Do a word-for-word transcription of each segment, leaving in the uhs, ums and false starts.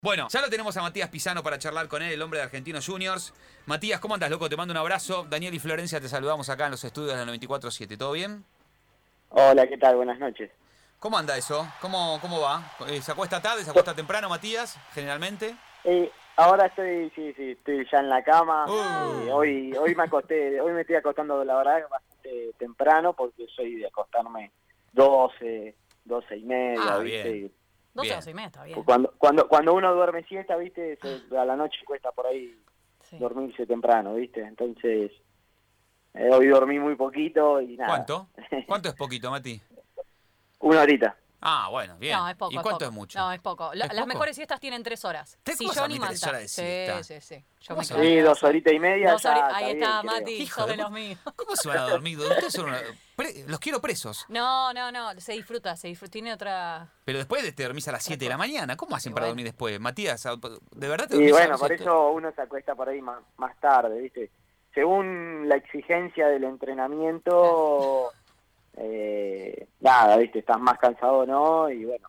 Bueno, ya lo tenemos a Matías Pisano para charlar con él, el hombre de Argentinos Juniors. Matías, ¿cómo andas, loco? Te mando un abrazo. Daniel y Florencia te saludamos acá en los estudios de la noventa y cuatro siete. ¿Todo bien? Hola, ¿qué tal? Buenas noches. ¿Cómo anda eso? ¿Cómo, cómo va? Eh, ¿Se acuesta tarde? ¿Se acuesta temprano, Matías? Generalmente. Eh, ahora estoy, sí, sí, estoy ya en la cama. Uh. Eh, hoy, hoy me acosté, hoy me estoy acostando, la verdad, bastante temprano porque soy de acostarme doce, doce y media, Ah, ¿viste? bien. doce, Bien. doce y media está bien. Cuando, cuando, cuando uno duerme siesta, ¿viste? Se- a la noche cuesta por ahí Sí. dormirse temprano, ¿viste? Entonces, eh, hoy dormí muy poquito y nada. ¿Cuánto? ¿Cuánto es poquito, Mati? Una horita. Ah, bueno, bien. No, es poco. ¿Y cuánto es, es poco. mucho? No, es poco. La- ¿Es las poco? mejores siestas tienen tres horas. ¿Tres Si cosas yo a ni mí tres manta. horas de siesta? Sí, sí, sí. Yo ¿Cómo me se quedo va? Sí, de dos horas. horitas y media Dos ya hori- está Ahí bien, está, creo. Mati. Hijo Sos de de los pu- míos. ¿Cómo se van a dormir? Ustedes son una- pre- Los quiero presos. No, no, no. Se disfruta, se disfruta. Tiene otra. Pero después te dormís a las siete de la mañana. ¿Cómo hacen Y para bueno. dormir después? Matías, ¿de verdad te Y dormís a bueno, veces? por eso uno se acuesta por ahí más, más tarde, ¿viste? Según la exigencia del entrenamiento, eh, nada, ¿viste? Estás más cansado o no, y bueno.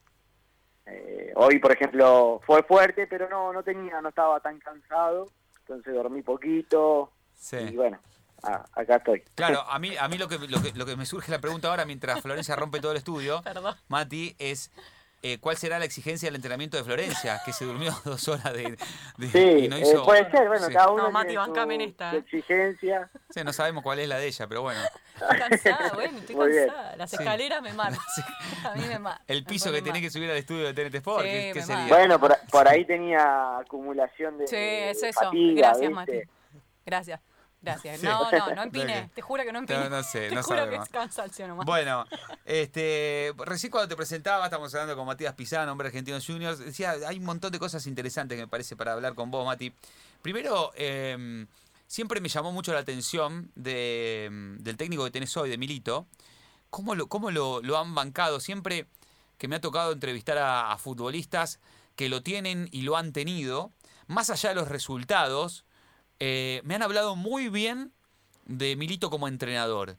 Eh, hoy, por ejemplo, fue fuerte, pero no no tenía, no estaba tan cansado, entonces dormí poquito, Sí. y bueno, a- acá estoy. Claro, a mí, a mí lo, que, lo, que, lo que me surge la pregunta ahora, mientras Florencia rompe todo el estudio, Perdón. Mati, es eh, ¿cuál será la exigencia del entrenamiento de Florencia? Que se durmió dos horas de, de- Sí, y no eh, hizo... puede ser, bueno, Sí. cada uno No, Mati, tiene bancame en su, esta, su ¿eh? exigencia. Sí, no sabemos cuál es la de ella, pero bueno. Estoy cansada, bueno, estoy Muy bien. cansada. Las Sí. escaleras me matan. Sí. A mí me matan. El piso que tenés que subir al estudio de T N T Sport, Sí, ¿qué, qué me sería? mata. Bueno, por, por ahí tenía acumulación de, Sí, es de eso. fatiga, Gracias, ¿viste? Mati. Gracias. Gracias. Sí. No, no, no empine. Claro. Te juro que no empine. No, no sé, Te no juro que sabemos. es cansancio nomás. Bueno, este, recién cuando te presentaba, estamos hablando con Matías Pisano, hombre Argentinos Juniors, decía, hay un montón de cosas interesantes que me parece para hablar con vos, Mati. Primero, eh, siempre me llamó mucho la atención de, del técnico que tenés hoy, de Milito, cómo lo, cómo lo, lo han bancado. Siempre que me ha tocado entrevistar a, a futbolistas que lo tienen y lo han tenido, más allá de los resultados, eh, me han hablado muy bien de Milito como entrenador.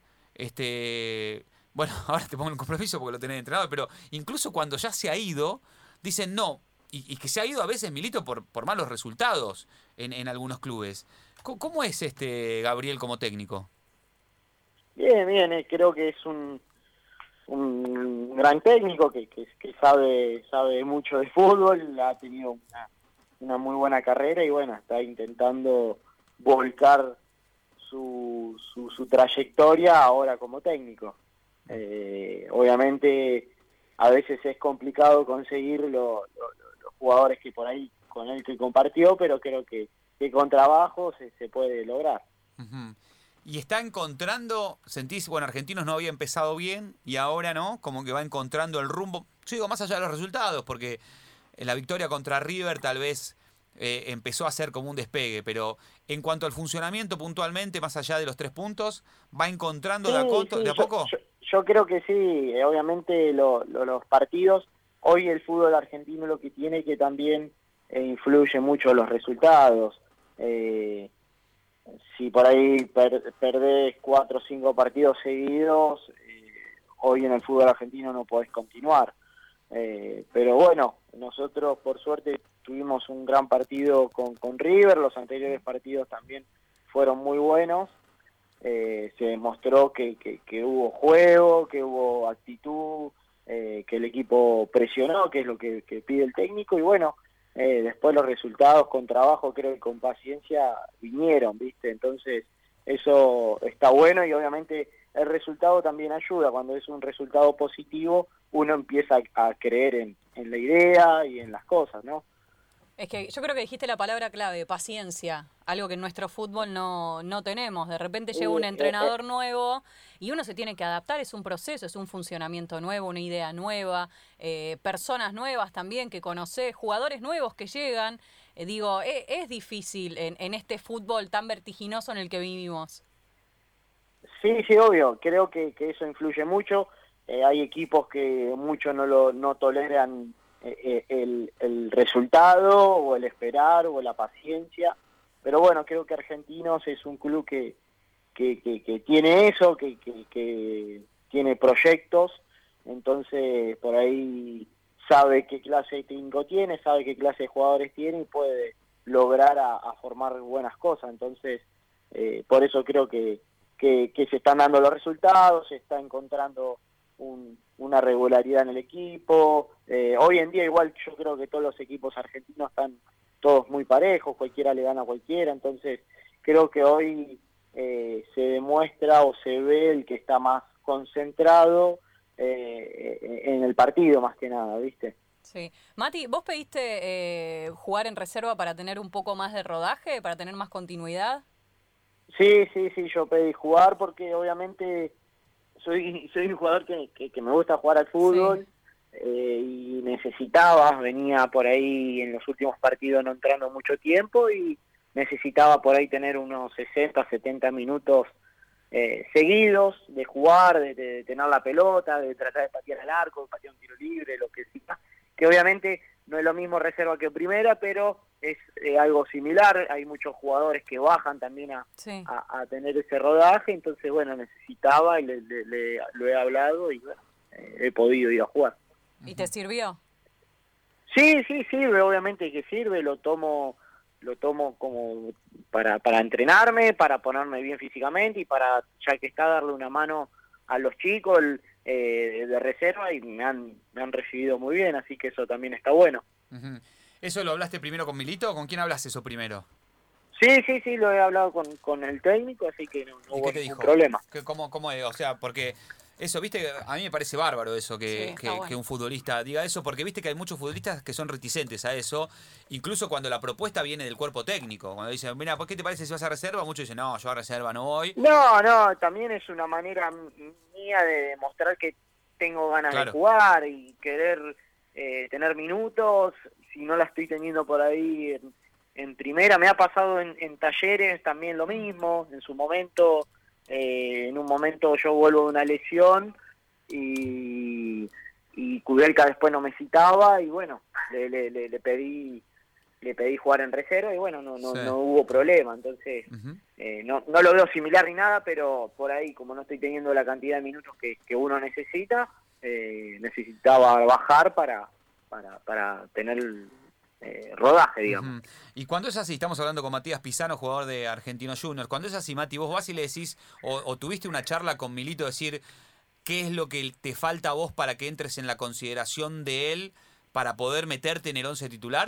Este, bueno, ahora te pongo un compromiso porque lo tenés entrenador, pero incluso cuando ya se ha ido, dicen no, y, y que se ha ido a veces Milito por, por malos resultados en, en algunos clubes. ¿Cómo, cómo es este Gabriel como técnico? Bien, bien, eh, creo que es un, un gran técnico que, que, que sabe sabe mucho de fútbol, ha tenido una, una muy buena carrera y bueno, está intentando volcar su, su, su trayectoria ahora como técnico. Eh, obviamente a veces es complicado conseguir lo- lo- lo- los jugadores que por ahí con él que compartió, pero creo que, que con trabajo se, se puede lograr. Ujú. Y está encontrando, sentís, bueno, Argentinos no había empezado bien y ahora no, como que va encontrando el rumbo. Yo digo, más allá de los resultados, porque la victoria contra River tal vez eh, empezó a ser como un despegue, pero en cuanto al funcionamiento puntualmente, más allá de los tres puntos, ¿va encontrando de a, Sí, coto- sí, de a yo- poco? Yo, yo creo que sí, eh, obviamente lo- lo- los partidos, hoy el fútbol argentino lo que tiene que también eh, influye mucho los resultados. Eh, si por ahí per- perdés cuatro o cinco partidos seguidos, eh, hoy en el fútbol argentino no podés continuar. Eh, pero bueno, nosotros por suerte tuvimos un gran partido con, con River, los anteriores partidos también fueron muy buenos. Eh, se demostró que, que, que hubo juego, que hubo actitud, eh, que el equipo presionó, que es lo que, que pide el técnico, y bueno, eh, después los resultados con trabajo, creo que con paciencia vinieron, ¿viste? Entonces eso está bueno y obviamente el resultado también ayuda. Cuando es un resultado positivo, uno empieza a, a creer en, en la idea y en las cosas, ¿no? Es que yo creo que dijiste la palabra clave, paciencia, algo que en nuestro fútbol no, no tenemos. De repente llega un Eh, eh, entrenador nuevo y uno se tiene que adaptar, es un proceso, es un funcionamiento nuevo, una idea nueva, eh, personas nuevas también que conocés, jugadores nuevos que llegan. Eh, digo, e- es difícil en, en este fútbol tan vertiginoso en el que vivimos. Sí, sí, obvio. Creo que, que eso influye mucho. Eh, hay equipos que mucho no lo no toleran eh, el, el resultado o el esperar o la paciencia. Pero bueno, creo que Argentinos es un club que, que, que, que tiene eso, que, que, que tiene proyectos. Entonces, por ahí sabe qué clase de técnico tiene, sabe qué clase de jugadores tiene y puede lograr a, a formar buenas cosas. Entonces, eh, por eso creo que, que, que se están dando los resultados, se está encontrando un, una regularidad en el equipo. Eh, hoy en día igual yo creo que todos los equipos argentinos están todos muy parejos, cualquiera le gana a cualquiera, entonces creo que hoy eh, se demuestra o se ve el que está más concentrado eh, en el partido más que nada, ¿viste? Sí. Mati, ¿vos pediste eh, jugar en reserva para tener un poco más de rodaje, para tener más continuidad? Sí, sí, sí, yo pedí jugar porque obviamente soy soy un jugador que, que, que me gusta jugar al fútbol. Sí. Eh, y necesitaba, venía por ahí en los últimos partidos no entrando mucho tiempo y necesitaba por ahí tener unos sesenta, setenta minutos eh, seguidos de jugar, de, de, de tener la pelota, de tratar de patear al arco, de patear un tiro libre, lo que sea, que obviamente no es lo mismo reserva que primera, pero es eh, algo similar. Hay muchos jugadores que bajan también a, sí. a, a tener ese rodaje, entonces bueno, necesitaba y le, le, le, lo he hablado y bueno, eh, he podido ir a jugar. ¿Y te sirvió? Sí, sí, sirve, obviamente que sirve, lo tomo lo tomo como para, para entrenarme, para ponerme bien físicamente y para, ya que está, darle una mano a los chicos eh, de reserva y me han, me han recibido muy bien, así que eso también está bueno. Uh-huh. ¿Eso lo hablaste primero con Milito o con quién hablaste eso primero? Sí, sí, sí, lo he hablado con, con el técnico, así que no, no ¿Y hubo qué te ningún dijo? problema. ¿Qué, cómo, cómo es? O sea, porque eso, viste, a mí me parece bárbaro eso, que, sí, que, bueno. que un futbolista diga eso, porque viste que hay muchos futbolistas que son reticentes a eso, incluso cuando la propuesta viene del cuerpo técnico. Cuando dicen, mira, ¿por qué te parece si vas a reserva? Muchos dicen, no, yo a reserva no voy. No, no, también es una manera mía de demostrar que tengo ganas claro. de jugar y querer eh, tener minutos. Si no la estoy teniendo por ahí en, en primera, me ha pasado en, en talleres también lo mismo, en su momento. Eh, en un momento yo vuelvo de una lesión y, y Kudelka después no me citaba y bueno, le, le, le, le pedí le pedí jugar en reserva y bueno, no no, sí. no hubo problema, entonces uh-huh. eh, no, no lo veo similar ni nada, pero por ahí como no estoy teniendo la cantidad de minutos que, que uno necesita, eh, necesitaba bajar para, para, para tener Eh, rodaje, digamos. Uh-huh. Y cuando es así, estamos hablando con Matías Pisano, jugador de Argentinos Juniors, cuando es así, Mati, vos vas y le decís, o, o tuviste una charla con Milito, decir, ¿qué es lo que te falta a vos para que entres en la consideración de él para poder meterte en el once titular?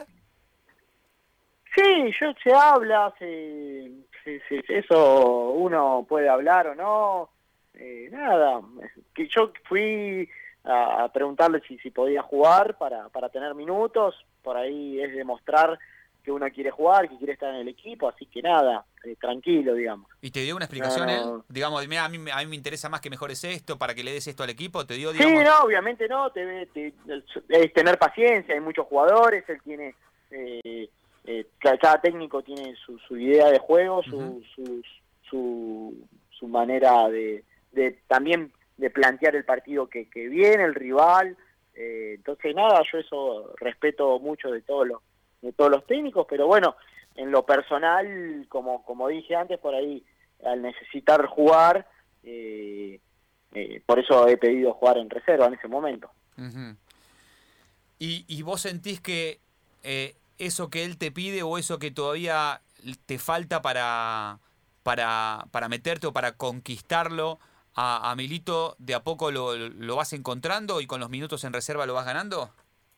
Sí, yo se habla, se, se, se, eso uno puede hablar o no, eh, nada, que yo fui a, a preguntarle si, si podía jugar para, para tener minutos. Por ahí es demostrar que uno quiere jugar, que quiere estar en el equipo, así que nada, eh, tranquilo, digamos. ¿Y te dio una explicación no, no. él? Digamos, mira, a mí, a mí me interesa más que mejores esto, para que le des esto al equipo, ¿te dio, digamos? Sí, no, obviamente no, te, te, es tener paciencia, hay muchos jugadores, él tiene, eh, eh, cada técnico tiene su, su idea de juego, su, uh-huh. su, su, su manera de, de también de plantear el partido que, que viene, el rival. Eh, entonces nada, yo eso respeto mucho de todos los de todos los técnicos, pero bueno, en lo personal, como como dije antes, por ahí al necesitar jugar, eh, eh, por eso he pedido jugar en reserva en ese momento. Uh-huh. ¿Y, y vos sentís que eh, eso que él te pide o eso que todavía te falta para para para meterte o para conquistarlo A, a Milito, de a poco lo, lo vas encontrando y con los minutos en reserva lo vas ganando?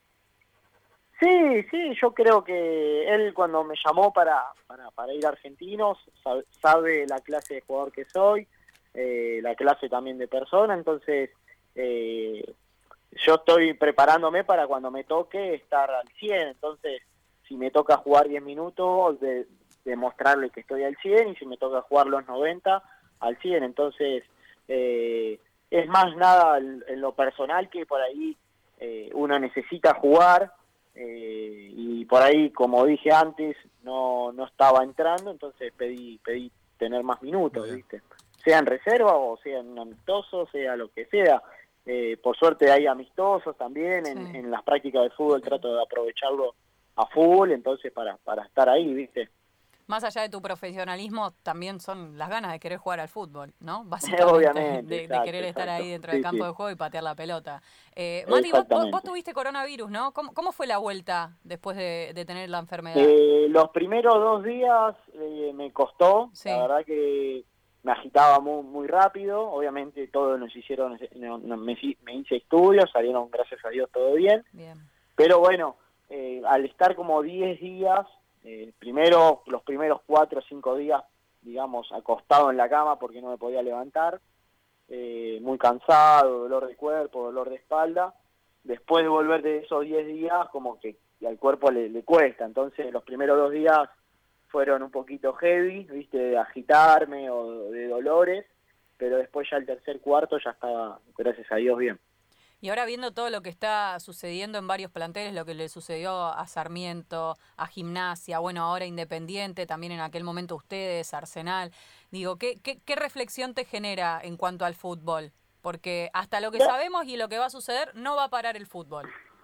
Sí, sí, yo creo que él cuando me llamó para, para, para ir a Argentinos sabe, sabe la clase de jugador que soy, eh, la clase también de persona, entonces eh, yo estoy preparándome para cuando me toque estar al cien, entonces si me toca jugar diez minutos, de, demostrarle que estoy al cien, y si me toca jugar los noventa, al cien, entonces Eh, es más nada en lo personal que por ahí eh, uno necesita jugar eh, y por ahí, como dije antes, no no estaba entrando, entonces pedí pedí tener más minutos, Bien. ¿viste? Sea en reserva o sea en amistoso, sea lo que sea. Eh, por suerte hay amistosos también, en, sí. en las prácticas de fútbol trato de aprovecharlo a full, entonces para, para estar ahí, ¿viste? Más allá de tu profesionalismo, también son las ganas de querer jugar al fútbol, ¿no? Básicamente, Obviamente, de, de exacto, querer estar exacto. ahí dentro Sí, del campo sí. de juego y patear la pelota. Eh, Mati, vos, vos, Exactamente. vos tuviste coronavirus, ¿no? ¿Cómo, cómo fue la vuelta después de, de tener la enfermedad? Eh, los primeros dos días eh, me costó, Sí. la verdad que me agitaba muy, muy rápido, obviamente todos nos hicieron, no, no, me, me hice estudios, salieron gracias a Dios todo bien, Bien. pero bueno, eh, al estar como diez días, eh, primero los primeros cuatro o cinco días, digamos, acostado en la cama porque no me podía levantar, eh, muy cansado, dolor de cuerpo, dolor de espalda, después de volver de esos diez días como que al cuerpo le, le cuesta, entonces los primeros dos días fueron un poquito heavy, viste, de agitarme o de dolores, pero después ya el tercer cuarto ya estaba, gracias a Dios, bien. Y ahora viendo todo lo que está sucediendo en varios planteles, lo que le sucedió a Sarmiento, a Gimnasia, bueno, ahora Independiente, también en aquel momento ustedes, Arsenal, digo, ¿qué, qué, qué reflexión te genera en cuanto al fútbol? Porque hasta lo que sabemos y lo que va a suceder, no va a parar el fútbol.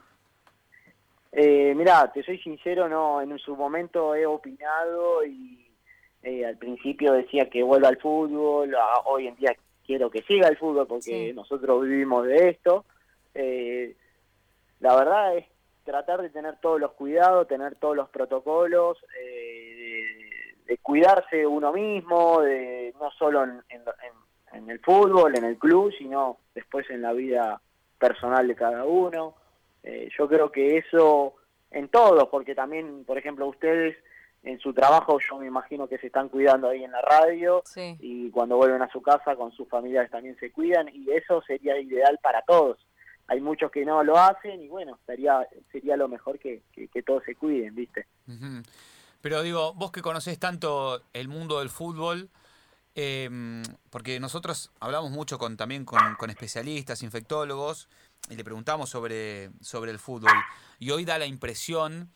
Eh, mirá, te soy sincero, no, en su momento he opinado y eh, al principio decía que vuelva al fútbol, a, hoy en día quiero que siga el fútbol porque Sí. nosotros vivimos de esto. Eh, la verdad es tratar de tener todos los cuidados, tener todos los protocolos, eh, de, de cuidarse uno mismo, de no solo en, en, en, en el fútbol, en el club, sino después en la vida personal de cada uno. Eh, yo creo que eso en todos, porque también, por ejemplo, ustedes en su trabajo yo me imagino que se están cuidando ahí en la radio, Sí. y cuando vuelven a su casa con sus familiares también se cuidan, y eso sería ideal para todos. Hay muchos que no lo hacen y bueno, estaría, sería lo mejor que, que, que todos se cuiden, ¿viste? Uh-huh. Pero digo, vos que conocés tanto el mundo del fútbol, eh, porque nosotros hablamos mucho con también con, con especialistas, infectólogos, y le preguntamos sobre, sobre el fútbol. Y hoy da la impresión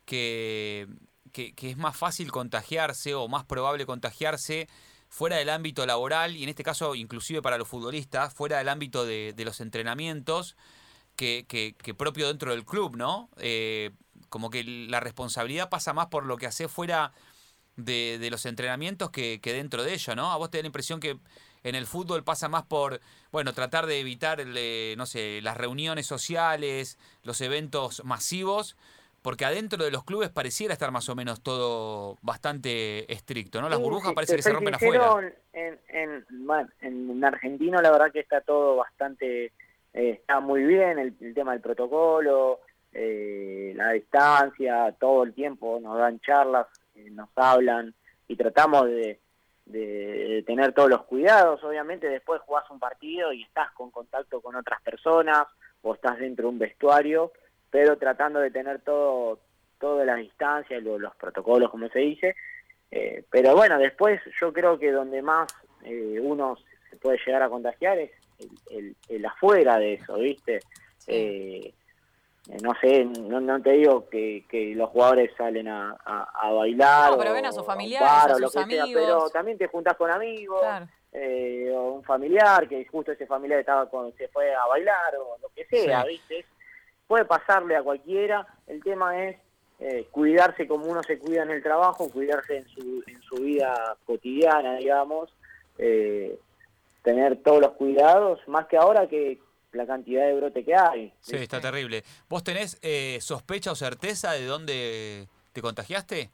que, que, que es más fácil contagiarse o más probable contagiarse fuera del ámbito laboral, y en este caso inclusive para los futbolistas, fuera del ámbito de, de los entrenamientos, que, que, que propio dentro del club, ¿no? Eh, como que la responsabilidad pasa más por lo que hace fuera de, de los entrenamientos que, que dentro de ello, ¿no? ¿A vos te da la impresión que en el fútbol pasa más por, bueno, tratar de evitar, el, eh, no sé, las reuniones sociales, los eventos masivos, porque adentro de los clubes pareciera estar más o menos todo bastante estricto, ¿no? Las Sí, burbujas sí, parece te que se soy rompen sincero, afuera. En, en, bueno, en Argentina la verdad que está todo bastante, eh, está muy bien el, el tema del protocolo, eh, la distancia, todo el tiempo nos dan charlas, eh, nos hablan y tratamos de, de, de tener todos los cuidados. Obviamente después jugás un partido y estás con contacto con otras personas o estás dentro de un vestuario, pero tratando de tener todo, todas las distancias, los, los protocolos, como se dice. Eh, pero bueno, después yo creo que donde más eh, uno se puede llegar a contagiar es el, el, el afuera de eso, ¿viste? Sí. Eh, no sé, no, no te digo que, que los jugadores salen a, a, a bailar No, pero o ven a sus a un familiares, bar a o lo sus que sea, pero amigos. también te juntás con amigos, Claro. eh, o un familiar, que justo ese familiar estaba con, se fue a bailar o lo que sea, Sí. ¿viste? Puede pasarle a cualquiera, el tema es eh, cuidarse como uno se cuida en el trabajo, cuidarse en su, en su vida cotidiana, digamos, eh, tener todos los cuidados, más que ahora que la cantidad de brote que hay. Sí, está terrible. ¿Vos tenés eh, sospecha o certeza de dónde te contagiaste?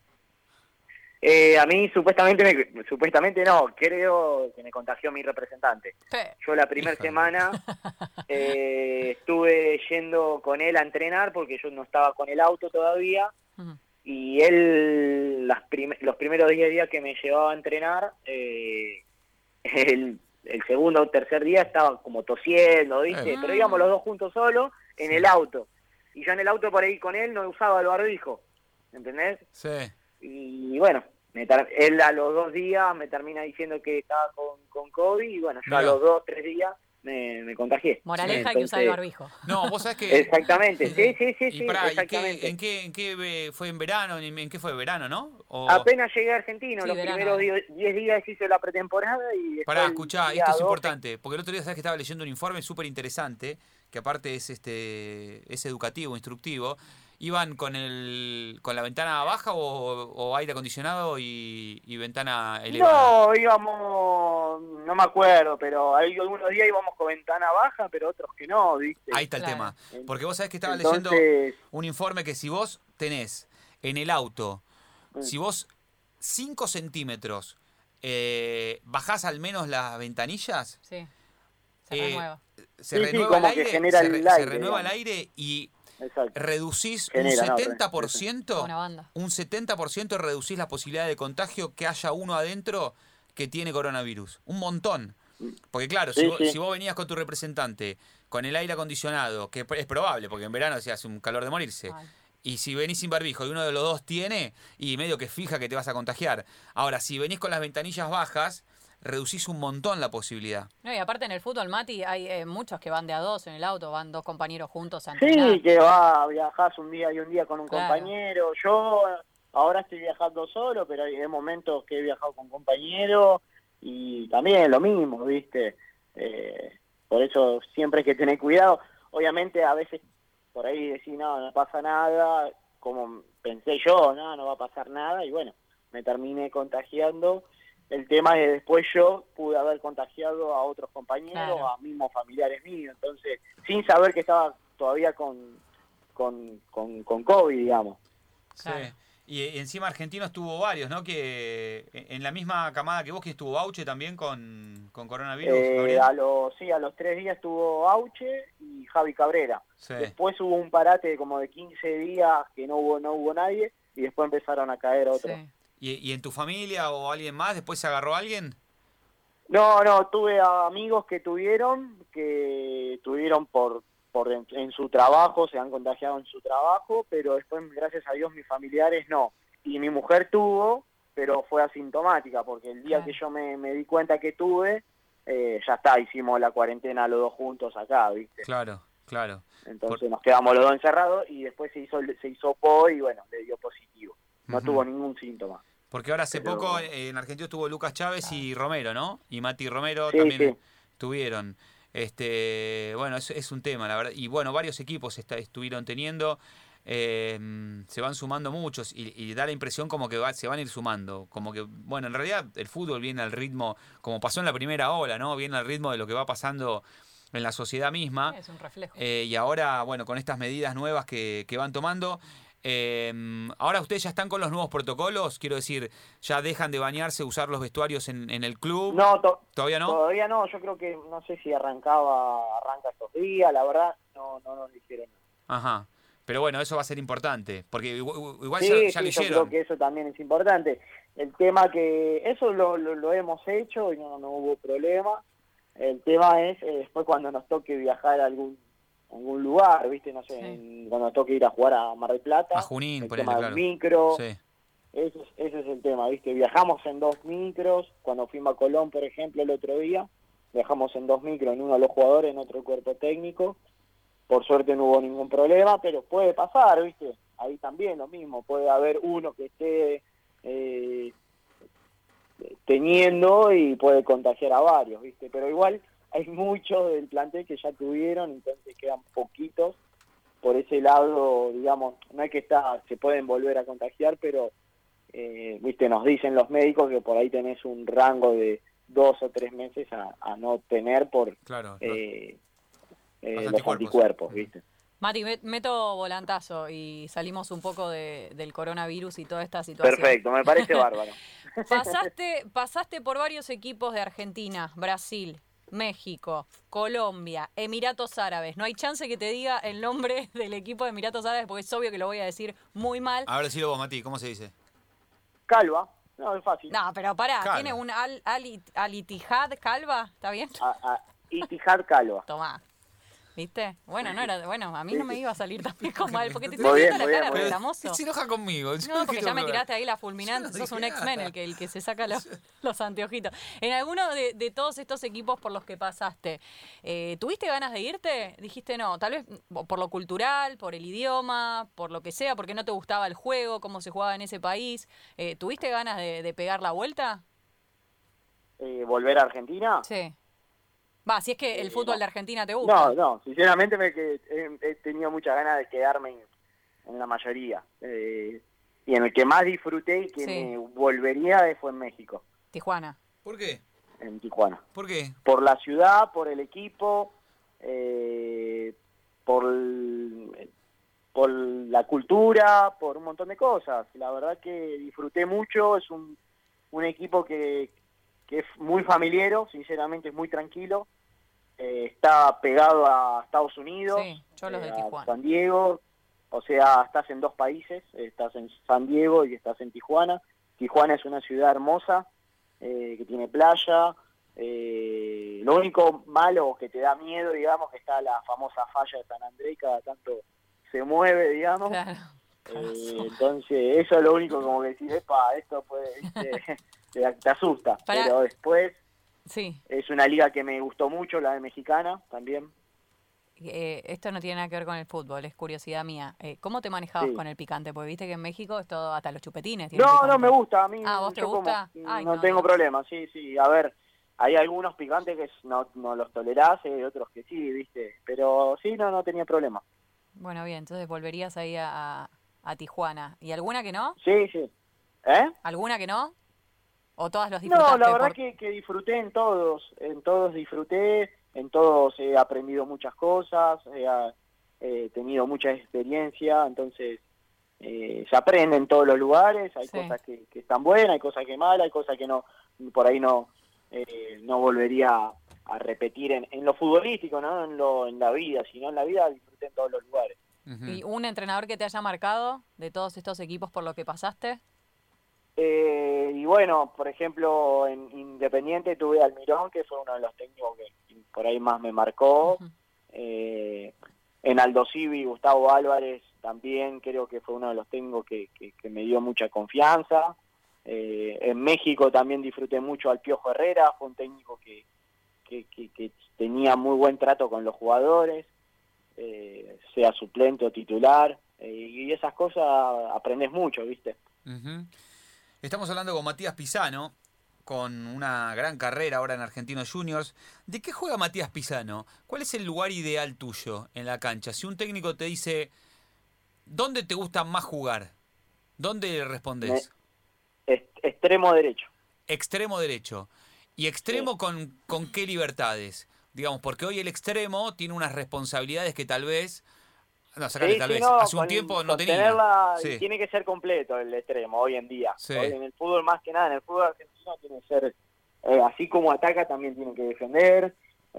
Eh, a mí supuestamente, me, supuestamente no, creo que me contagió mi representante. Sí. Yo la primera Híjole. semana eh, estuve yendo con él a entrenar porque yo no estaba con el auto todavía. Ujú. Y él, las prim los primeros diez días que me llevaba a entrenar, eh, el, el segundo o tercer día estaba como tosiendo, ¿viste? Eh. Pero íbamos los dos juntos solos en Sí. el auto. Y yo en el auto por ahí con él no usaba el barbijo, ¿entendés? Sí. Y bueno, me él a los dos días me termina diciendo que estaba con, con COVID y bueno, yo Mirá. a los dos, tres días me, me contagié. Moraleja, hay Entonces, que usar el barbijo. No, vos sabés que... exactamente, sí, sí, sí, Y sí, pará, ¿y qué, exactamente. en, qué, ¿en qué eh, fue en verano? ¿En, en qué fue verano, no? O... Apenas llegué a Argentino, Sí, los verano, primeros diez días hice la pretemporada y después Pará, el escuchá, día esto es doce. importante, porque el otro día sabés que estaba leyendo un informe súper interesante, que aparte es este es educativo, instructivo, ¿Iban con el con la ventana baja o, o aire acondicionado y, y ventana elevada? No, íbamos, no me acuerdo, pero hay algunos días íbamos con ventana baja, pero otros que no, ¿viste? Ahí está el Claro. tema. Porque vos sabés que estaba Entonces, leyendo un informe que si vos tenés en el auto, si vos cinco centímetros eh, bajás al menos las ventanillas, Sí, se eh, renueva. se Sí, sí, renueva como el que aire, genera se, el re- se aire, renueva el digamos. aire y exacto. reducís Genera, un no, setenta por re- ciento, Una banda. un setenta por ciento reducís la posibilidad de contagio que haya uno adentro que tiene coronavirus. Un montón. Porque claro, si Sí, vos, sí. si vos venías con tu representante, con el aire acondicionado, que es probable, porque en verano se hace un calor de morirse, Mal. y si venís sin barbijo y uno de los dos tiene, y medio que fija que te vas a contagiar. Ahora, si venís con las ventanillas bajas, reducís un montón la posibilidad. No, y aparte en el fútbol, Mati, hay eh, muchos que van de a dos en el auto, van dos compañeros juntos a entrenar. Sí, que va, viajás un día y un día con un Claro. compañero. Yo ahora estoy viajando solo, pero hay momentos que he viajado con compañeros y también lo mismo, ¿viste? Eh, por eso siempre hay que tener cuidado. Obviamente a veces por ahí decís, no, no pasa nada, como pensé yo, no, no va a pasar nada, y bueno, me terminé contagiando. El tema es que después yo pude haber contagiado a otros compañeros, Claro. a mismos familiares míos, entonces, sin saber que estaba todavía con, con, con, con COVID, digamos. Claro. Sí. Y, y encima Argentinos tuvo varios, ¿no? Que en la misma camada que vos, que estuvo Bauche también con, con coronavirus, Eh, Gabriel. a los sí, a los tres días estuvo Auche y Javi Cabrera. Sí. Después hubo un parate como de quince días que no hubo no hubo nadie y después empezaron a caer otros. Sí. ¿Y, ¿Y en tu familia o alguien más después se agarró a alguien? No, no, tuve amigos que tuvieron, que tuvieron por, por en, en su trabajo, se han contagiado en su trabajo, pero después, gracias a Dios, mis familiares no. Y mi mujer tuvo, pero fue asintomática, porque el día Claro. que yo me, me di cuenta que tuve, eh, ya está, hicimos la cuarentena los dos juntos acá, ¿viste? Claro, claro. Entonces Por- nos quedamos los dos encerrados y después se hizo se hizo P O y bueno, le dio positivo. No Ujú. tuvo ningún síntoma. Porque ahora hace Pero- poco eh, en Argentina estuvo Lucas Chávez y Romero, ¿no? Y Mati Romero Sí, también sí. tuvieron. Este, bueno, es, es un tema, la verdad. Y bueno, varios equipos está- estuvieron teniendo. eh, se van sumando muchos y, y da la impresión como que va- se van a ir sumando. Como que, bueno, en realidad el fútbol viene al ritmo, como pasó en la primera ola, ¿no? Viene al ritmo de lo que va pasando en la sociedad misma. Es un reflejo. Eh, y ahora, bueno, con estas medidas nuevas que, que van tomando, eh, ahora ustedes ya están con los nuevos protocolos, quiero decir, ya dejan de bañarse, usar los vestuarios en, en el club. No, to- ¿Todavía no? todavía no, yo creo que no sé si arrancaba, arranca estos días, la verdad, no, no nos dijeron nada. Ajá. Pero bueno, eso va a ser importante, porque igual, igual Sí, ya, ya sí, lo yo hicieron. creo que eso también es importante. El tema que, eso lo, lo, lo hemos hecho y no, no hubo problema. El tema es eh, después cuando nos toque viajar a algún, algún lugar, ¿viste? No sé, Sí. en- cuando nos toque ir a jugar a Mar del Plata. A Junín, el ponele, tema claro. del micro, Sí. ese, es- ese es el tema, ¿viste? Viajamos en dos micros, cuando fuimos a Colón, por ejemplo, el otro día, viajamos en dos micros, en uno los jugadores, en otro el cuerpo técnico. Por suerte no hubo ningún problema, pero puede pasar, ¿viste? Ahí también lo mismo, puede haber uno que esté eh, teniendo y puede contagiar a varios, ¿viste? Pero igual hay muchos del plantel que ya tuvieron, entonces quedan poquitos. Por ese lado, digamos, no es que está, se pueden volver a contagiar, pero, eh, ¿viste? Nos dicen los médicos que por ahí tenés un rango de dos o tres meses a, a no tener por Claro. eh, eh, los los anticuerpos. anticuerpos, ¿viste? Mati, met- meto volantazo y salimos un poco de- del coronavirus y toda esta situación. Perfecto, me parece bárbaro. Pasaste, pasaste por varios equipos de Argentina, Brasil, México, Colombia, Emiratos Árabes. No hay chance que te diga el nombre del equipo de Emiratos Árabes porque es obvio que lo voy a decir muy mal. Ahora sí vos, Mati, ¿cómo se dice? Calva, no, es fácil. No, pero pará, Calva. tiene un Al, Al, Al Ittihad Calva, ¿está bien? A, a Itihad Calva. Tomá. ¿Viste? Bueno, no era, bueno, a mí no me iba a salir tan bien como a él, porque te Muy estoy bien, viendo muy la bien, cara muy bien. reclamoso. Se enoja conmigo. No, porque ya me tiraste ahí la Yo fulminante, no sos un dije X-Men nada. el que, el que se saca los, los anteojitos. En alguno de, de todos estos equipos por los que pasaste, eh, ¿tuviste ganas de irte? Dijiste no, tal vez por lo cultural, por el idioma, por lo que sea, porque no te gustaba el juego, cómo se jugaba en ese país. Eh, ¿Tuviste ganas de, de pegar la vuelta? Eh, ¿Volver a Argentina? Sí. Va, si es que el Eh, fútbol no. de Argentina te gusta. No, no, sinceramente me que, he, he tenido muchas ganas de quedarme en, en la mayoría. Eh, y en el que más disfruté y que Sí. me volvería fue en México, Tijuana. ¿Por qué? en Tijuana. ¿Por qué? Por la ciudad, por el equipo, eh, por, el- por la cultura, por un montón de cosas. La verdad que disfruté mucho, es un, un equipo que, que es muy familiero, sinceramente es muy tranquilo. Eh, está pegado a Estados Unidos, Sí, Cholos eh, de a Tijuana. San Diego, o sea, estás en dos países, estás en San Diego y estás en Tijuana. Tijuana es una ciudad hermosa, eh, que tiene playa. Eh, lo único malo que te da miedo, digamos, que está la famosa falla de San Andrés, cada tanto se mueve, digamos. Claro. Eh, entonces, eso es lo único como que decís, epa, esto puede, viste, te, te asusta. Pará. Pero después Sí. es una liga que me gustó mucho, la de Mexicana también. Eh, esto no tiene nada que ver con el fútbol, es curiosidad mía. Eh, ¿Cómo te manejabas Sí. con el picante? Porque viste que en México es todo, hasta los chupetines tienen No, picante. no me gusta, a mí Ah, ¿vos te yo gusta? como, Ay, no, no, tengo Dios. problema, sí, sí, a ver, hay algunos picantes que no, no los tolerás, hay otros que sí, viste, pero sí, no, no tenía problema. Bueno, bien, entonces volverías ahí a, a, a Tijuana. ¿Y alguna que no? Sí, sí. ¿Eh? ¿Alguna que no? ¿O todas los No, disfrutaste? la verdad por... que, que disfruté en todos, en todos disfruté, en todos he aprendido muchas cosas, he ah, eh, tenido mucha experiencia, entonces eh, se aprende en todos los lugares, hay Sí. cosas que, que están buenas, hay cosas que malas, hay cosas que no, por ahí no, eh, no volvería a, a repetir en, en lo futbolístico, no en, lo, en la vida, sino en la vida disfruté en todos los lugares. Ujú. ¿Y un entrenador que te haya marcado de todos estos equipos por lo que pasaste? Eh, y bueno, por ejemplo, en Independiente tuve a Almirón, que fue uno de los técnicos que por ahí más me marcó. Ujú. Eh, en Aldo Civi, Gustavo Álvarez también creo que fue uno de los técnicos que, que, que me dio mucha confianza. Eh, en México también disfruté mucho al Piojo Herrera, fue un técnico que, que, que, que tenía muy buen trato con los jugadores, eh, sea suplente o titular, eh, y esas cosas aprendes mucho, ¿viste? Ujú. Estamos hablando con Matías Pisano, con una gran carrera ahora en Argentinos Juniors. ¿De qué juega Matías Pisano? ¿Cuál es el lugar ideal tuyo en la cancha? Si un técnico te dice, ¿dónde te gusta más jugar? ¿Dónde le Me, respondés? est- extremo derecho. Extremo derecho. ¿Y extremo Sí. con, con qué libertades? Digamos, porque hoy el extremo tiene unas responsabilidades que tal vez... No, sacale Sí, tal sí, vez. no, Hace un con, tiempo no con tenía. tenerla, y Sí, tiene que ser completo el extremo hoy en día. sí. Hoy en el fútbol, más que nada, en el fútbol argentino tiene que ser, eh, así como ataca, también tiene que defender.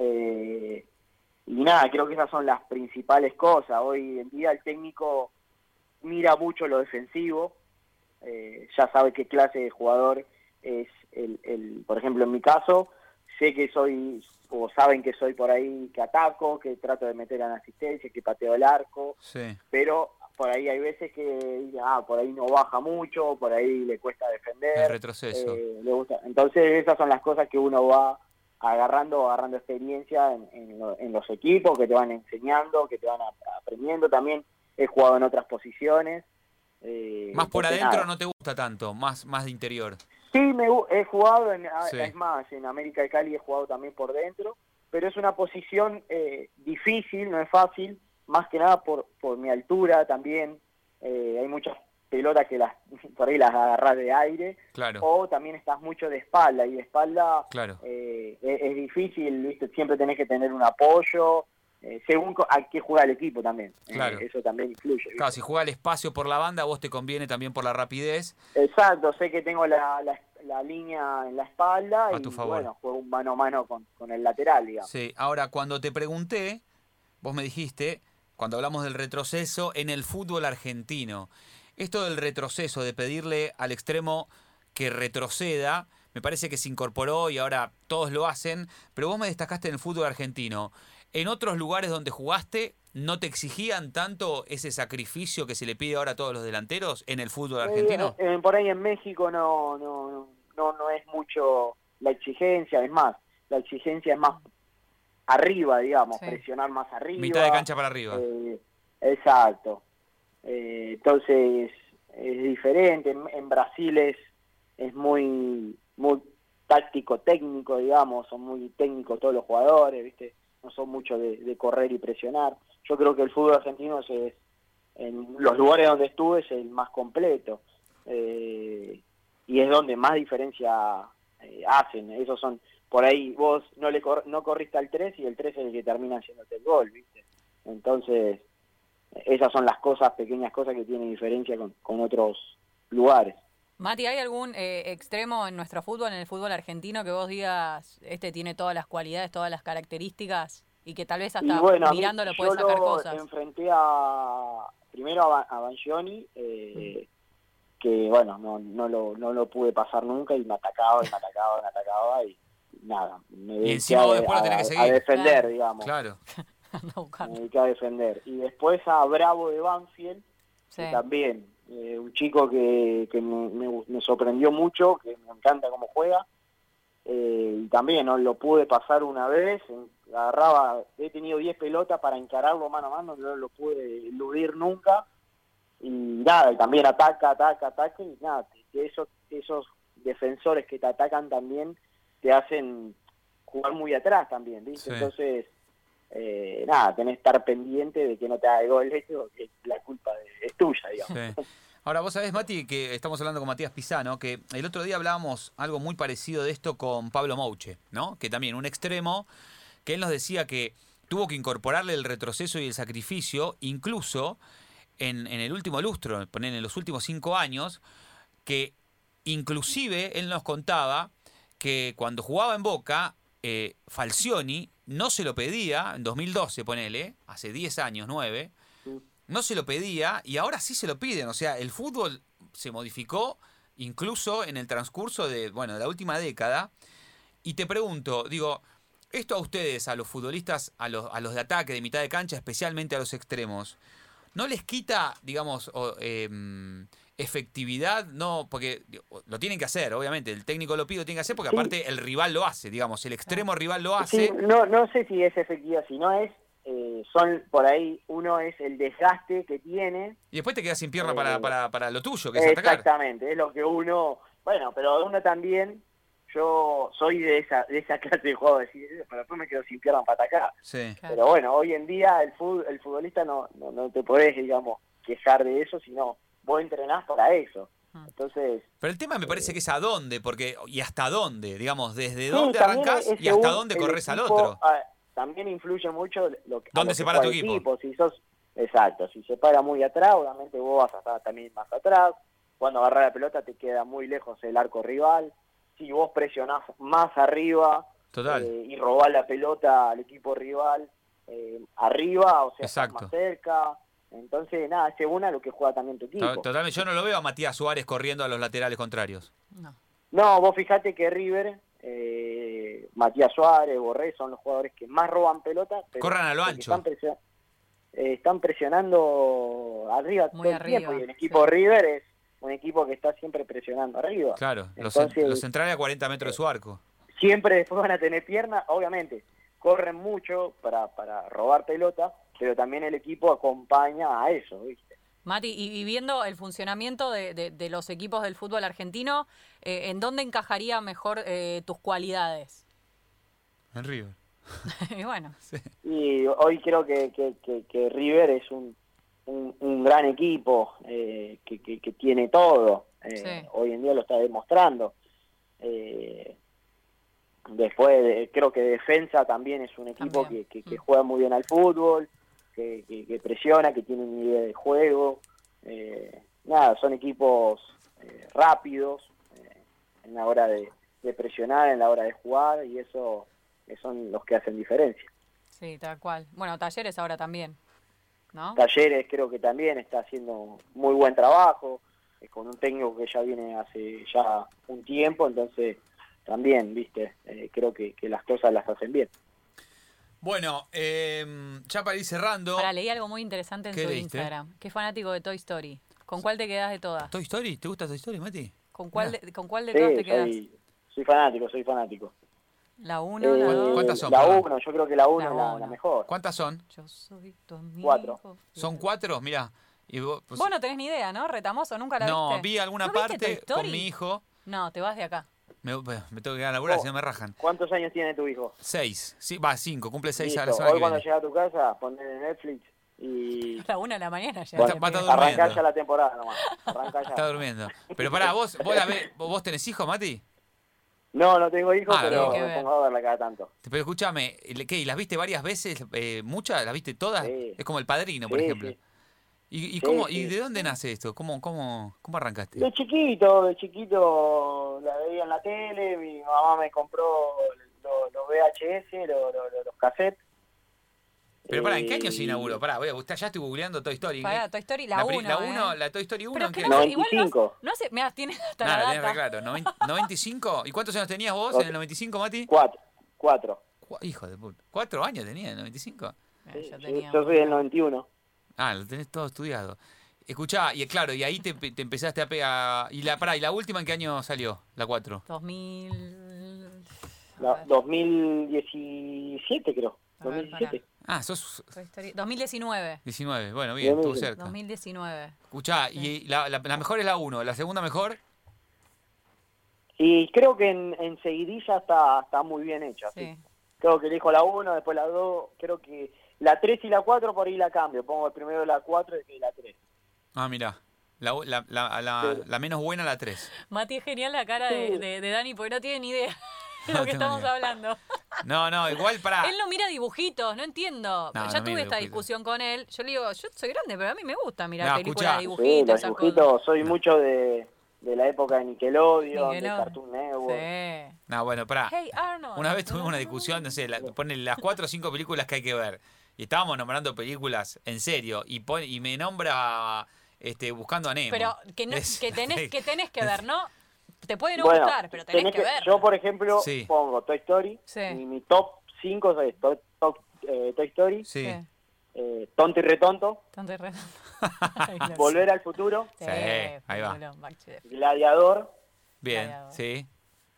eh, y nada, creo que esas son las principales cosas. Hoy en día el técnico mira mucho lo defensivo, eh, ya sabe qué clase de jugador es el, el, por ejemplo, en mi caso, sé que soy, o saben que soy por ahí que ataco, que trato de meter a la asistencia, que pateo el arco, Sí. pero por ahí hay veces que ah, por ahí no baja mucho, por ahí le cuesta El defender, retroceso. eh, le gusta. Entonces esas son las cosas que uno va agarrando, agarrando experiencia en, en, lo- en los equipos, que te van enseñando, que te van a- aprendiendo. También he jugado en otras posiciones. eh, Más por entonces, adentro nada. no te gusta tanto, más, más de interior. Sí, me, gu- he jugado, en, a- Sí. es más, en América de Cali he jugado también por dentro, pero es una posición eh, difícil, no es fácil, más que nada por, por mi altura también. Eh, hay muchas pelotas que las por ahí las agarrás de aire, Claro, o también estás mucho de espalda, y de espalda claro. eh, es, es difícil, ¿viste? Siempre tenés que tener un apoyo, eh, según co- a qué juega el equipo también. Eh, Claro. eso también influye, ¿viste? Claro, si juega el espacio por la banda, a vos te conviene también por la rapidez. Exacto, sé que tengo la, la, la línea en la espalda A y tu favor. bueno, juego un mano a mano con, con el lateral, digamos. Sí, ahora cuando te pregunté, vos me dijiste, cuando hablamos del retroceso en el fútbol argentino, esto del retroceso, de pedirle al extremo que retroceda, me parece que se incorporó y ahora todos lo hacen, pero vos me destacaste en el fútbol argentino. ¿En otros lugares donde jugaste no te exigían tanto ese sacrificio que se le pide ahora a todos los delanteros en el fútbol argentino? Eh, eh, por ahí en México no, no, no, no es mucho la exigencia, es más, la exigencia es más arriba, digamos, Sí. presionar más arriba. Mitad de cancha para arriba. Eh, exacto. Eh, entonces es diferente. En, en Brasil es, es muy, muy táctico, técnico, digamos, son muy técnicos todos los jugadores, ¿viste? No son mucho de, de correr y presionar. Yo creo que el fútbol argentino es, en los lugares donde estuve es el más completo. Eh, y es donde más diferencia eh, hacen. Esos son, por ahí vos no le cor no corriste al tres y el tres es el que termina haciéndote el gol, ¿viste? Entonces, esas son las cosas, pequeñas cosas que tienen diferencia con, con otros lugares. Mati, ¿hay algún eh, extremo en nuestro fútbol, en el fútbol argentino, que vos digas, este tiene todas las cualidades, todas las características, y que tal vez hasta bueno, mirándolo mí, puede sacar cosas? Yo enfrenté a, primero a, a Bangioni, eh, mm. que bueno, no, no, lo, no lo pude pasar nunca y me atacaba, y me atacaba, me atacaba, y nada, me dediqué a, después a, lo tenés que seguir. a defender, claro. digamos. Claro. Me dediqué a defender. Y después a Bravo de Banfield, sí. que también, eh, un chico que, que me, me, me sorprendió mucho, que me encanta cómo juega, eh, y también no lo pude pasar una vez, agarraba, he tenido diez pelotas para encararlo mano a mano, no lo pude eludir nunca, y nada, y también ataca, ataca, ataca, y nada, que esos, esos defensores que te atacan también te hacen jugar muy atrás también, ¿viste? Sí. Entonces, eh, nada, tenés que estar pendiente de que no te haga goles, que la culpa de, es tuya, digamos. Sí. Ahora, vos sabés, Mati, que estamos hablando con Matías Pisano, que el otro día hablábamos algo muy parecido de esto con Pablo Mouche, ¿no? Que también un extremo, que él nos decía que tuvo que incorporarle el retroceso y el sacrificio, incluso en, en el último lustro, en los últimos cinco años, que inclusive él nos contaba que cuando jugaba en Boca, eh, Falcioni no se lo pedía, en dos mil doce, ponele, hace diez años, nueve, no se lo pedía y ahora sí se lo piden. O sea, el fútbol se modificó incluso en el transcurso de, bueno, de la última década. Y te pregunto, digo, esto a ustedes, a los futbolistas, a los, a los de ataque, de mitad de cancha, especialmente a los extremos, ¿no les quita, digamos, o, eh, efectividad? No, porque lo tienen que hacer, obviamente. El técnico lo pide, lo tiene que hacer porque sí. Aparte el rival lo hace, digamos. El extremo rival lo hace. Sí, no, no sé si es efectividad, si no es... Eh, son por ahí, uno es el desgaste que tiene. Y después te quedas sin pierna eh, para, para, para lo tuyo, que es exactamente, atacar. Exactamente, es lo que uno... Bueno, pero uno también, yo soy de esa de esa clase de juego, decir, pero después me quedo sin pierna para atacar. Sí. Claro. Pero bueno, hoy en día el, fútbol, el futbolista no, no, no te podés, digamos, quejar de eso, sino vos entrenás para eso. Entonces... Pero el tema me parece eh, que es a dónde, porque y hasta dónde, digamos, desde sí, dónde arrancás y hasta dónde corres al otro. A, también influye mucho lo que ¿dónde se para tu equipo? equipo? Si sos, exacto, si se para muy atrás, obviamente vos vas a estar también más atrás. Cuando agarrás la pelota te queda muy lejos el arco rival. Si vos presionás más arriba eh, y robás la pelota al equipo rival eh, arriba, o sea, estás más cerca. Entonces, nada, es según a lo que juega también tu equipo. Totalmente, yo no lo veo a Matías Suárez corriendo a los laterales contrarios. No, no vos fijate que River... Eh, Matías Suárez, Borré son los jugadores que más roban pelota. Corran a lo ancho. Están, presion eh, están presionando arriba muy todo el arriba, tiempo y el equipo sí. River es un equipo que está siempre presionando arriba. Claro, Entonces, los, los centrales a cuarenta metros de su arco. Siempre después van a tener piernas, obviamente, corren mucho para, para robar pelota, pero también el equipo acompaña a eso, ¿viste? Mati, y viendo el funcionamiento de, de, de los equipos del fútbol argentino, eh, ¿en dónde encajaría mejor eh, tus cualidades? En River. Y bueno. Sí. Y hoy creo que, que, que, que River es un, un, un gran equipo eh, que, que, que tiene todo. Eh, sí. Hoy en día lo está demostrando. Eh, después, de, creo que defensa también es un equipo que, que, que juega muy bien al fútbol. Que, que, que presiona, que tiene una idea de juego. Eh, nada, son equipos eh, rápidos eh, en la hora de, de presionar, en la hora de jugar, y eso son los que hacen diferencia. Sí, tal cual. Bueno, Talleres ahora también, ¿no? Talleres creo que también está haciendo muy buen trabajo, eh, con un técnico que ya viene hace ya un tiempo, entonces también, viste, eh, creo que, que las cosas las hacen bien. Bueno, eh, ya para ir cerrando... Ahora, leí algo muy interesante en tu leíste? Instagram. Qué fanático de Toy Story. ¿Con cuál te quedás de todas? ¿Toy Story? ¿Te gusta Toy Story, Mati? ¿Con cuál de, ¿con cuál de sí, todas te quedás? Soy, soy fanático, soy fanático. ¿La uno, eh, la dos? ¿Cuántas son? La uno, yo creo que la uno es la, la mejor. ¿Cuántas son? Yo soy tu amigo. Cuatro. ¿Son cuatro? Mirá. Y vos, pues, vos no tenés ni idea, ¿no? Retamoso, ¿nunca la no, viste? No, vi alguna ¿No parte con mi hijo. No, te vas de acá. Me, me tengo que ir a laburar, oh, si no me rajan. ¿Cuántos años tiene tu hijo? Seis. Sí, va, cinco. Cumple seis Listo. a la semana Hoy que cuando viene. llega a tu casa, ponle Netflix Y A la una de la mañana ya. Va- se va a estar pega. durmiendo. arrancar ya la temporada nomás. Arrancar ya. Está durmiendo. Pero pará, vos, vos, la ves- vos tenés hijos, Mati. No, no tengo hijos, Ah, la pero tengo que me ver. pongo a verla cada tanto. Pero escúchame, ¿qué? ¿Y las viste varias veces? Eh, ¿Muchas? ¿Las viste todas? Sí. Es como El Padrino, por Sí, ejemplo. sí. ¿Y, y, Sí, cómo, sí. ¿Y de dónde nace esto? ¿Cómo, cómo, cómo arrancaste? De chiquito, de chiquito la veía en la tele, mi mamá me compró los, los V H S, los, los, los cassettes. Pero pará, ¿en qué año Eh, se inauguró? Pará, voy a buscar, ya estoy googleando Toy Story. Pará, Toy Story, la pri- uno, La uno, ¿eh? la Toy Story uno. Pero ¿en es que qué no, año? sé, igual no, noventa y cinco. hace- no hace, mira, tiene hasta Nada, la la tenés re data. claro. Noven- ¿noventa y cinco? ¿Y cuántos años tenías vos en el noventa y cinco, Mati? Cuatro. Cuatro. Cu- Hijo de puta. ¿Cuatro años tenía en el noventa y cinco? Eh, Sí, yo sí, tenía yo soy del uno. noventa y uno. Ah, lo tenés todo estudiado. Escuchá, y claro, y ahí te, te empezaste a pegar. Y la, pará, ¿y la última en qué año salió? La cuatro. dos mil... a La, ver, dos mil diecisiete creo. A ver, dos mil diecisiete. Ah, sos Toy Story- dos mil diecinueve. diecinueve. Bueno, bien, estuvo Bien, bien. cerca. dos mil diecinueve. Escuchá, y la, la, la mejor es la uno, la segunda mejor. Y creo que en, en seguidilla está, está muy bien hecha. sí. Sí. Creo que elijo la uno, después la dos. Creo que la tres y la cuatro por ahí la cambio. Pongo primero la cuatro y la tres. Ah, mirá. La, la, la, la, Sí. la menos buena, la tres. Mati, es genial la cara de, Sí. de, de Dani porque no tiene ni idea de No lo que tengo estamos ni idea. hablando. No, no, igual para. Él no mira dibujitos, no entiendo. No, ya no tuve mira esta dibujitos. discusión con él. Yo le digo, yo soy grande, pero a mí me gusta mirar No, películas escuchá. de Sí, dibujitos. los esas dibujitos, cosas. soy mucho de, de la época de Nickelodeon, de Nickelodeon. Cartoon Network. Sí. No, bueno, pará. Hey Arnold. Una vez tuvimos una discusión, no sé, la, pone las cuatro o cinco películas que hay que ver. Y estábamos nombrando películas en serio. Y, pone, y me nombra este, Buscando a Nemo. Pero que, no, Es- que, tenés, que tenés que ver, ¿no? Te puede no Bueno, gustar, pero tenés, que, ver. Yo, por ejemplo, Sí. pongo Toy Story. Sí. Y mi top cinco es Toy, Toy- eh, Toy Story, Sí. eh, Tonto y Retonto, Tanto re- Ay, no sé. Volver al Futuro, Sí, ahí va. película, Back to the- Gladiador Bien, Variado. sí.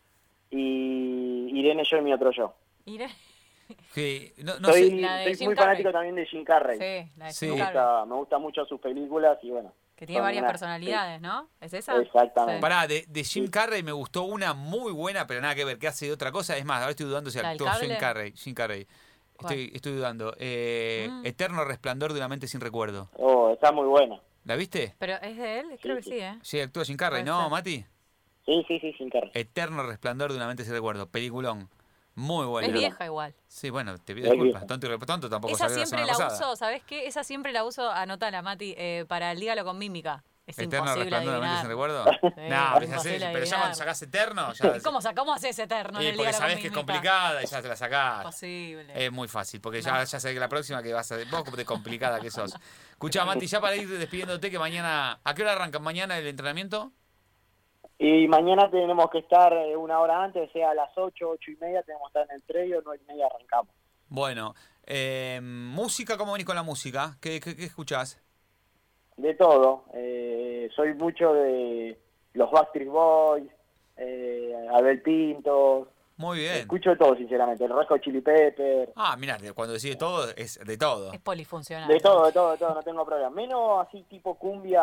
y Irene, yo y mi otro yo. Irene- Sí, no, no soy sé. La de soy Jim muy Carrey. fanático también de Jim Carrey. Sí, la de Sí. Jim Me, Carrey, gusta, me gustan mucho sus películas y bueno. que tiene son varias una- personalidades, ¿no? ¿Es esa? Exactamente. Pará, de, de Jim Carrey me gustó una muy buena, pero nada que ver, que hace de otra cosa. Es más, ahora estoy dudando si ¿La del actuó Jim cable? Carrey. Jim Carrey. ¿Cuál? Estoy, estoy dudando. Eh, Mm. Eterno Resplandor de una mente sin recuerdo. Oh, está muy buena. ¿La viste? ¿Pero es de él? Creo que sí. sí, ¿eh? Sí, actúa Jim Carrey, Puede ¿no, ser. Mati? Sí, sí, sí, Jim Carrey. Eterno Resplandor de una mente sin recuerdo. Peliculón. Muy buena. Es vieja igual. Sí, bueno, te pido Es disculpas. vieja. Tonto y re- tonto tampoco Esa salió siempre la la semana pasada. uso, ¿sabes qué? Esa siempre la uso, anótala, Mati, eh, para el dígalo con mímica. Es Eterno imposible Resplandor de una mente sin adivinar. recuerdo. Sí, no, es pero, ya sé, imposible pero ya adivinar. cuando sacás Eterno, ya. ¿Cómo, sa- ¿Cómo haces eterno en Eh, el porque dígalo sabés con que es mímica? complicada y ya te la sacás. Imposible. Es muy fácil, porque No. ya, ya sé que la próxima que vas a... Vos de complicada que sos. Escuchá, Mati, ya para ir despidiéndote, que mañana... ¿A qué hora arrancan mañana el entrenamiento? Y mañana tenemos que estar eh, una hora antes, o sea, a las ocho, ocho y media tenemos que estar en el predio, nueve y media arrancamos. Bueno, eh, música, ¿cómo venís con la música? ¿Qué, qué, qué escuchás? De todo. Eh, soy mucho de los Backstreet Boys, eh, Abel Pinto. Muy bien. Escucho de todo, sinceramente. El Red Hot Chili Pepper. Ah, mirá, cuando decide todo, es de todo. Es polifuncional. De todo, de todo, de todo, no tengo problema. Menos así tipo cumbia,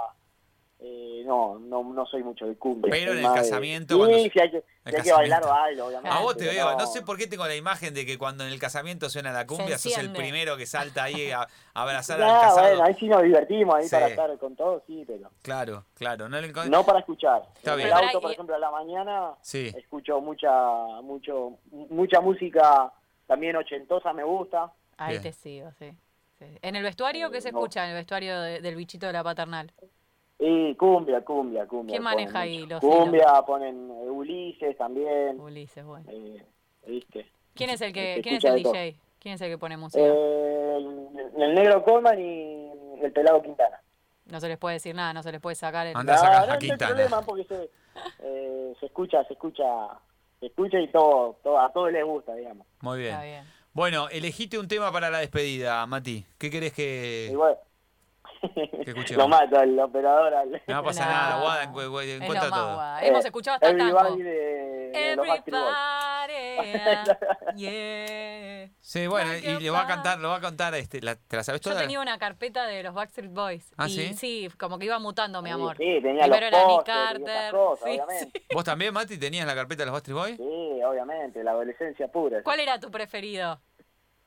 eh, no, no no soy mucho de cumbia. Pero soy en el más de- casamiento, Sí, cuando- si hay que, si el hay que bailar, casamiento. bailo, obviamente. A vos te pero veo, no sé por qué tengo la imagen de que cuando en el casamiento suena la cumbia, sos el enciende. primero que salta ahí a, a abrazar No, al casado. bueno, ahí sí nos divertimos, ahí Sí. para estar con todos, sí, pero Claro, claro. No le encon- no para escuchar. Está en bien. el Pero auto, pará, por y- ejemplo, a la mañana Sí. escucho mucha mucho mucha música también ochentosa, me gusta. Ahí Bien. te sigo, sí. Sí. ¿En el vestuario qué se No. escucha? En el vestuario de- del bichito de la paternal. Y cumbia, cumbia, cumbia. ¿Quién ponen maneja ahí mucho. los Cumbia, ponen eh, Ulises también, Ulises, bueno. eh, ¿viste? ¿Quién es el que, Se quién es escucha el de todo. D J? ¿Quién es el que pone música? Eh, el, el negro Coleman y el pelado Quintana. No se les puede decir nada, no se les puede sacar el... Andá a sacar a no, no hay Quintana. problema porque se, eh, se escucha, se escucha, se escucha y todo, todo, a todos les gusta, digamos. Muy bien. Está bien. Bueno, elegiste un tema para la despedida, Mati. ¿Qué querés que, Igual, que escuchemos? lo mato al operador. Al, No pasa No. nada, Guada encu- encu- Es encuentra lo más todo. guay. Hemos Eh, escuchado hasta tango. Everybody de, de los Backstreet Boys. Everybody, yeah. Sí, bueno, Like y your le va a body. cantar, lo va a cantar, este, la, ¿te la sabes Yo toda? tenía una carpeta de los Backstreet Boys. ¿Ah, y sí? como que iba mutando, mi Sí, amor. Sí, tenía Primero los era Nick pósters y esas Carter. cosas, Sí, obviamente. ¿Vos también, Mati, tenías la carpeta de los Backstreet Boys? Sí, obviamente, la adolescencia pura. ¿Cuál era tu preferido?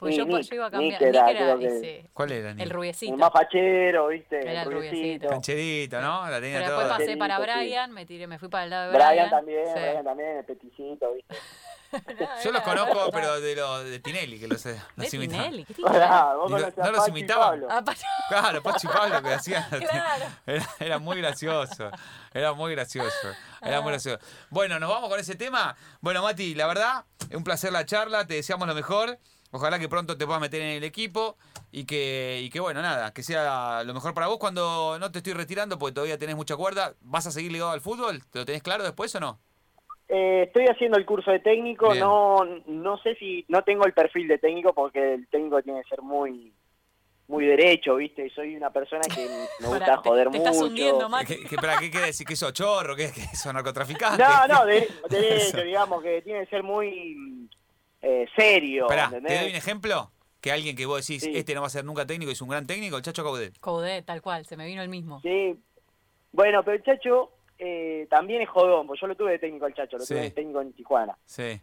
Pues Sí, yo, Nick, yo iba a cambiar. Nick era, Nick era creo que- ese, ¿Cuál era, el Nick? rubiecito. El más fachero, ¿viste? Era el rubiecito. Cancherito, ¿no? La tenía Pero después toda. pasé para Cancherito, sí. Brian, me tiré, me fui para el lado de Brian. Brian también, Sí. Brian también, el peticito, ¿viste? Yo los conozco, pero de los de Tinelli, que los, De los imitaba. Tinelli, ¿qué tiene que ver? Pará, vos Y no- conocés no a los Pacho y imitaban. Pablo. Ah, pa- Claro, Pacho y Pablo que hacían. Claro. Era, era muy gracioso. Era muy gracioso. Era muy gracioso. Bueno, nos vamos con ese tema. Bueno, Mati, la verdad, es un placer la charla. Te deseamos lo mejor. Ojalá que pronto te puedas meter en el equipo y que, y que bueno, nada, que sea lo mejor para vos. Cuando no te estoy retirando, porque todavía tenés mucha cuerda, ¿vas a seguir ligado al fútbol? ¿Te lo tenés claro después o no? Eh, estoy haciendo el curso de técnico, Bien. no no sé si, no tengo el perfil de técnico porque el técnico tiene que ser muy muy derecho, ¿viste? Soy una persona que me gusta Pará, te- joder te mucho. estás hundiendo, Mati. ¿Qué, qué, espera, ¿qué quiere decir? ¿Que sos chorro? ¿Qué, que sos narcotraficante? No, no, de- derecho, Eso. digamos, que tiene que ser muy eh, serio, Esperá, ¿te ¿entendés? doy un ejemplo? Que alguien que vos decís, Sí. este no va a ser nunca técnico, es un gran técnico, el Chacho Caudet. Coudet, tal cual, se me vino el mismo. Sí. Bueno, pero el Chacho eh, también es jodón, porque yo lo tuve de técnico al Chacho, lo Sí. tuve de técnico en Tijuana. Sí.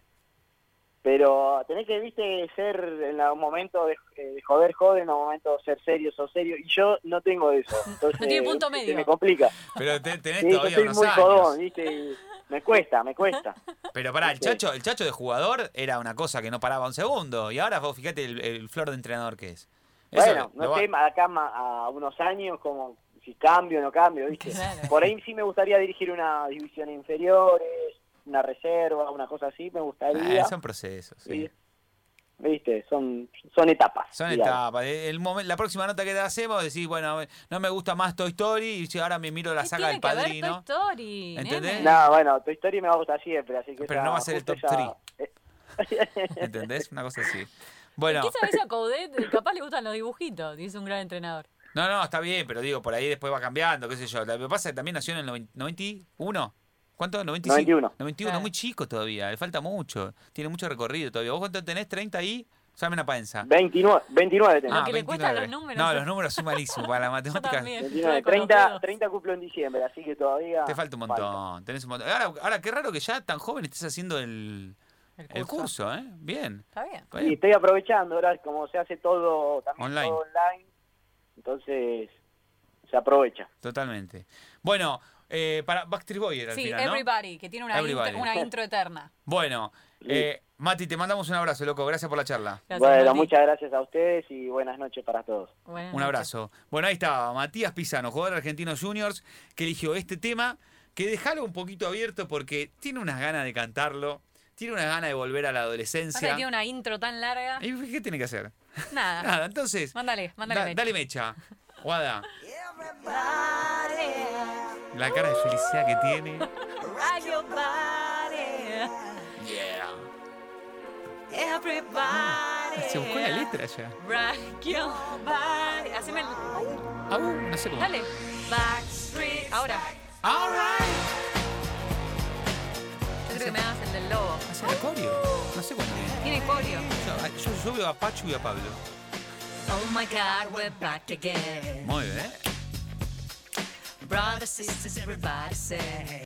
Pero tenés que, viste, ser en un momento de, de joder, joder, en un momento ser serio, sos serio. Y yo no tengo eso. Entonces, No tiene punto se medio. me complica. Pero te- tenés Sí, yo todavía soy unos muy años. jodón, viste. y me cuesta, me cuesta. Pero pará, el Sí. Chacho, el Chacho de jugador era una cosa que no paraba un segundo. Y ahora vos fíjate el, el flor de entrenador que es. Eso Bueno, lo no va- sé, acá ma- a unos años, como si cambio o no cambio, viste. Claro. Por ahí sí me gustaría dirigir una división inferiores, una reserva, una cosa así, me gustaría. Ah, son procesos, sí. Sí. Viste, son, son etapas. Son digamos. etapas. El momen- la próxima nota que te hacemos, decís, bueno, no me gusta más Toy Story y si ahora me miro la ¿Qué saga tiene del que ver Padrino. Toy Story, ¿Entendés? nene? No, bueno, tu historia me va a gustar siempre, así que... Pero esa- no va a ser el justo top esa- ¿Entendés? Una cosa así. Bueno, ¿Qué sabés a Coudet? Capaz le gustan los dibujitos, y es un gran entrenador. no, no, está bien, pero digo, por ahí después va cambiando, qué sé yo. Lo que pasa es que también nació en el noventa noventa y uno. ¿Cuánto? noventa y cinco. noventa y uno. noventa y uno, Claro. muy chico todavía, le falta mucho. Tiene mucho recorrido todavía. ¿Vos cuánto tenés? ¿treinta y? Dame una panza. veintinueve, veintinueve tenés. Ah, que le cuestan los números. No, los números son malísimos para la Yo matemática. también. veintinueve, estoy con los treinta, dedos. treinta cumplo en diciembre, así que todavía... Te falta un montón, tenés un montón. Ahora, ahora, qué raro que ya tan joven estés haciendo el, El el curso, ¿eh? Bien. Está bien. Está Y bien. estoy aprovechando, ahora como se hace todo también Online. todo online, entonces se aprovecha. Totalmente. Bueno, eh, para Backstreet Boy era al Sí, final, ¿no? Everybody, que tiene una, Everybody. intro, una intro eterna. Bueno, eh, Mati, te mandamos un abrazo, loco. Gracias por la charla. Gracias, Bueno, Mati. muchas gracias a ustedes y buenas noches para todos. Buenas Un noches. abrazo. Bueno, ahí estaba Matías Pisano, jugador argentino juniors, que eligió este tema, que dejalo un poquito abierto porque tiene unas ganas de cantarlo, tiene unas ganas de volver a la Pasa que adolescencia. tiene una intro tan larga. ¿Y qué tiene que hacer? Nada. Nada, entonces, Mándale, mándale. da- mecha. dale mecha. Guada. La cara de felicidad que tiene. Rock your body, Yeah. everybody. Se buscó la letra ya. Rock your body. Haceme el... Ah, uh, no sé cómo. Dale. Backstreet. Ahora. All right. Yo creo que me hagas el del lobo. ¿Hace el coreo? No sé cuándo viene. Tiene corio. Yo, yo, yo veo a Pachu y a Pablo. Oh my God, we're back again. Muy bien. Brothers, sisters, everybody say.